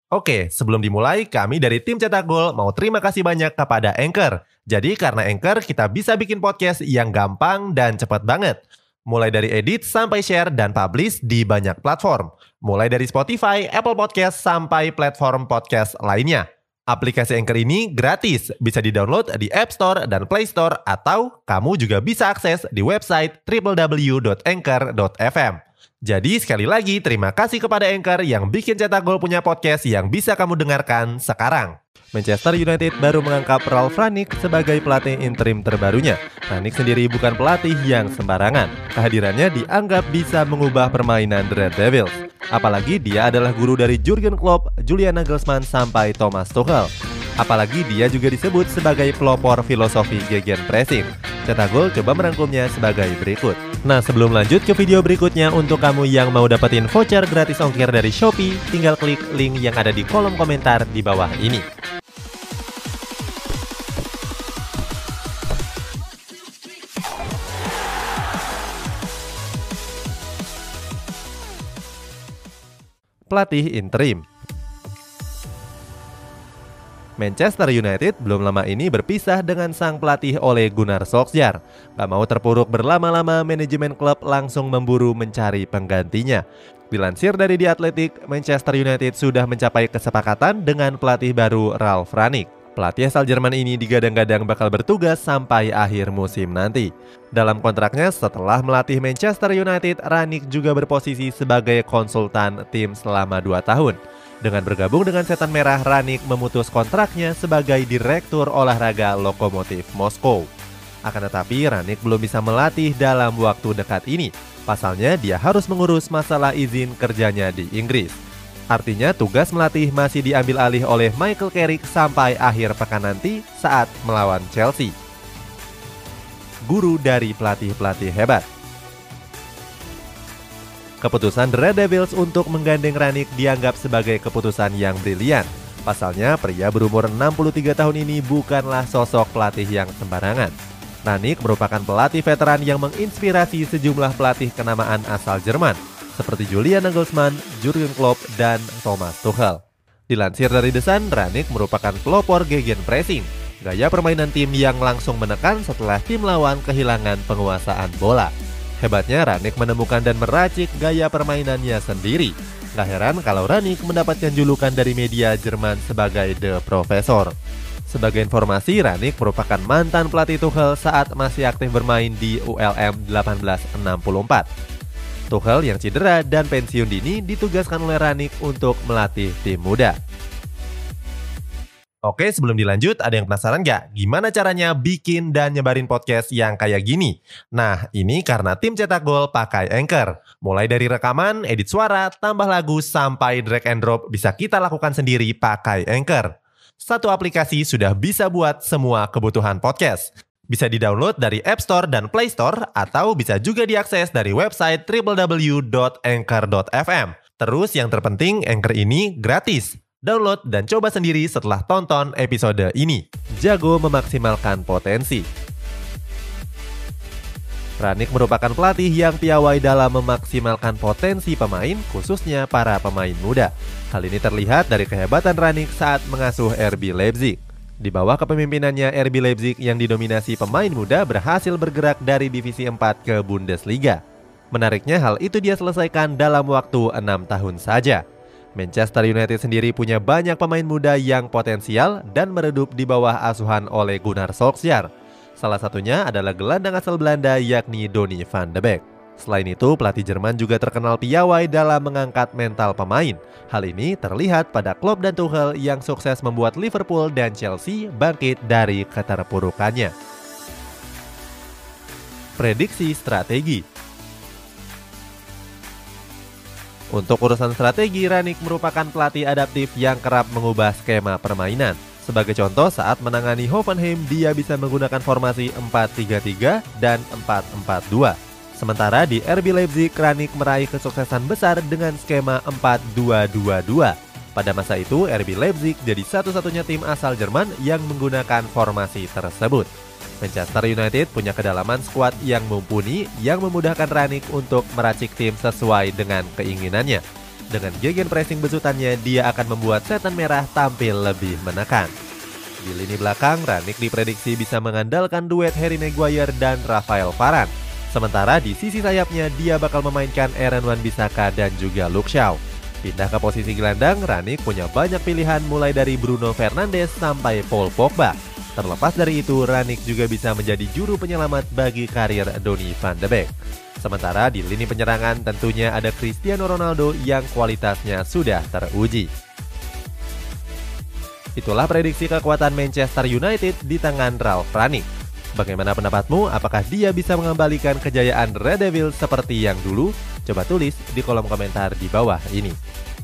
Oke, sebelum dimulai, kami dari tim Cetak Gol mau terima kasih banyak kepada Anchor. Jadi karena Anchor, kita bisa bikin podcast yang gampang dan cepat banget. Mulai dari edit sampai share dan publish di banyak platform. Mulai dari Spotify, Apple Podcast, sampai platform podcast lainnya. Aplikasi Anchor ini gratis, bisa di-download di App Store dan Play Store, atau kamu juga bisa akses di website www.anchor.fm. Jadi sekali lagi terima kasih kepada Anchor yang bikin Cetak Gol punya podcast yang bisa kamu dengarkan sekarang. Manchester United baru mengangkat Ralf Rangnick sebagai pelatih interim terbarunya. Rangnick sendiri bukan pelatih yang sembarangan. Kehadirannya dianggap bisa mengubah permainan The Red Devils. Apalagi dia adalah guru dari Jurgen Klopp, Julian Nagelsmann, sampai Thomas Tuchel. Apalagi dia juga disebut sebagai pelopor filosofi gegenpressing. Cetak Gol coba merangkumnya sebagai berikut. Nah, sebelum lanjut ke video berikutnya, untuk kamu yang mau dapetin voucher gratis ongkir dari Shopee, tinggal klik link yang ada di kolom komentar di bawah ini. Pelatih interim. Manchester United belum lama ini berpisah dengan sang pelatih Ole Gunnar Solskjaer. Gak mau terpuruk berlama-lama, manajemen klub langsung memburu mencari penggantinya. Dilansir dari The Athletic, Manchester United sudah mencapai kesepakatan dengan pelatih baru Ralf Rangnick. Pelatih asal Jerman ini digadang-gadang bakal bertugas sampai akhir musim nanti. Dalam kontraknya, setelah melatih Manchester United, Rangnick juga berposisi sebagai konsultan tim selama 2 tahun. Dengan bergabung dengan Setan Merah, Rangnick memutus kontraknya sebagai direktur olahraga Lokomotif Moskow. Akan tetapi, Rangnick belum bisa melatih dalam waktu dekat ini. Pasalnya, dia harus mengurus masalah izin kerjanya di Inggris. Artinya, tugas melatih masih diambil alih oleh Michael Carrick sampai akhir pekan nanti saat melawan Chelsea. Guru dari pelatih-pelatih hebat. Keputusan The Red Devils untuk menggandeng Rangnick dianggap sebagai keputusan yang brilian. Pasalnya, pria berumur 63 tahun ini bukanlah sosok pelatih yang sembarangan. Rangnick merupakan pelatih veteran yang menginspirasi sejumlah pelatih kenamaan asal Jerman, seperti Julian Nagelsmann, Jurgen Klopp, dan Thomas Tuchel. Dilansir dari The Sun, Rangnick merupakan pelopor gegenpressing, gaya permainan tim yang langsung menekan setelah tim lawan kehilangan penguasaan bola. Hebatnya, Rangnick menemukan dan meracik gaya permainannya sendiri. Gak heran kalau Rangnick mendapatkan julukan dari media Jerman sebagai The Professor. Sebagai informasi, Rangnick merupakan mantan pelatih Tuchel saat masih aktif bermain di ULM 1864. Tuchel yang cedera dan pensiun dini ditugaskan oleh Rangnick untuk melatih tim muda. Oke, sebelum dilanjut, ada yang penasaran gak? Gimana caranya bikin dan nyebarin podcast yang kayak gini? Nah, ini karena tim Cetak Gol pakai Anchor. Mulai dari rekaman, edit suara, tambah lagu, sampai drag and drop bisa kita lakukan sendiri pakai Anchor. Satu aplikasi sudah bisa buat semua kebutuhan podcast. Bisa di-download dari App Store dan Play Store, atau bisa juga diakses dari website www.anchor.fm. Terus yang terpenting, Anchor ini gratis. Download dan coba sendiri setelah tonton episode ini. Jago memaksimalkan potensi. Rangnick merupakan pelatih yang piawai dalam memaksimalkan potensi pemain, khususnya para pemain muda. Hal ini terlihat dari kehebatan Rangnick saat mengasuh RB Leipzig. Di bawah kepemimpinannya, RB Leipzig yang didominasi pemain muda berhasil bergerak dari Divisi 4 ke Bundesliga. Menariknya, hal itu dia selesaikan dalam waktu 6 tahun saja. Manchester United sendiri punya banyak pemain muda yang potensial dan meredup di bawah asuhan Ole Gunnar Solskjaer. Salah satunya adalah gelandang asal Belanda yakni Donny van de Beek. Selain itu, pelatih Jerman juga terkenal piawai dalam mengangkat mental pemain. Hal ini terlihat pada Klopp dan Tuchel yang sukses membuat Liverpool dan Chelsea bangkit dari keterpurukannya. Prediksi strategi. Untuk urusan strategi, Rangnick merupakan pelatih adaptif yang kerap mengubah skema permainan. Sebagai contoh, saat menangani Hoffenheim, dia bisa menggunakan formasi 4-3-3 dan 4-4-2. Sementara di RB Leipzig, Rangnick meraih kesuksesan besar dengan skema 4-2-2-2. Pada masa itu, RB Leipzig jadi satu-satunya tim asal Jerman yang menggunakan formasi tersebut. Manchester United punya kedalaman skuad yang mumpuni yang memudahkan Rangnick untuk meracik tim sesuai dengan keinginannya. Dengan gegen pressing besutannya, dia akan membuat setan merah tampil lebih menekan. Di lini belakang, Rangnick diprediksi bisa mengandalkan duet Harry Maguire dan Rafael Varane. Sementara di sisi sayapnya, dia bakal memainkan Aaron Wan-Bissaka dan juga Luke Shaw. Pindah ke posisi gelandang, Rangnick punya banyak pilihan mulai dari Bruno Fernandes sampai Paul Pogba. Terlepas dari itu, Rangnick juga bisa menjadi juru penyelamat bagi karir Donny van de Beek. Sementara di lini penyerangan tentunya ada Cristiano Ronaldo yang kualitasnya sudah teruji. Itulah prediksi kekuatan Manchester United di tangan Ralf Rangnick. Bagaimana pendapatmu? Apakah dia bisa mengembalikan kejayaan Red Devils seperti yang dulu? Coba tulis di kolom komentar di bawah ini.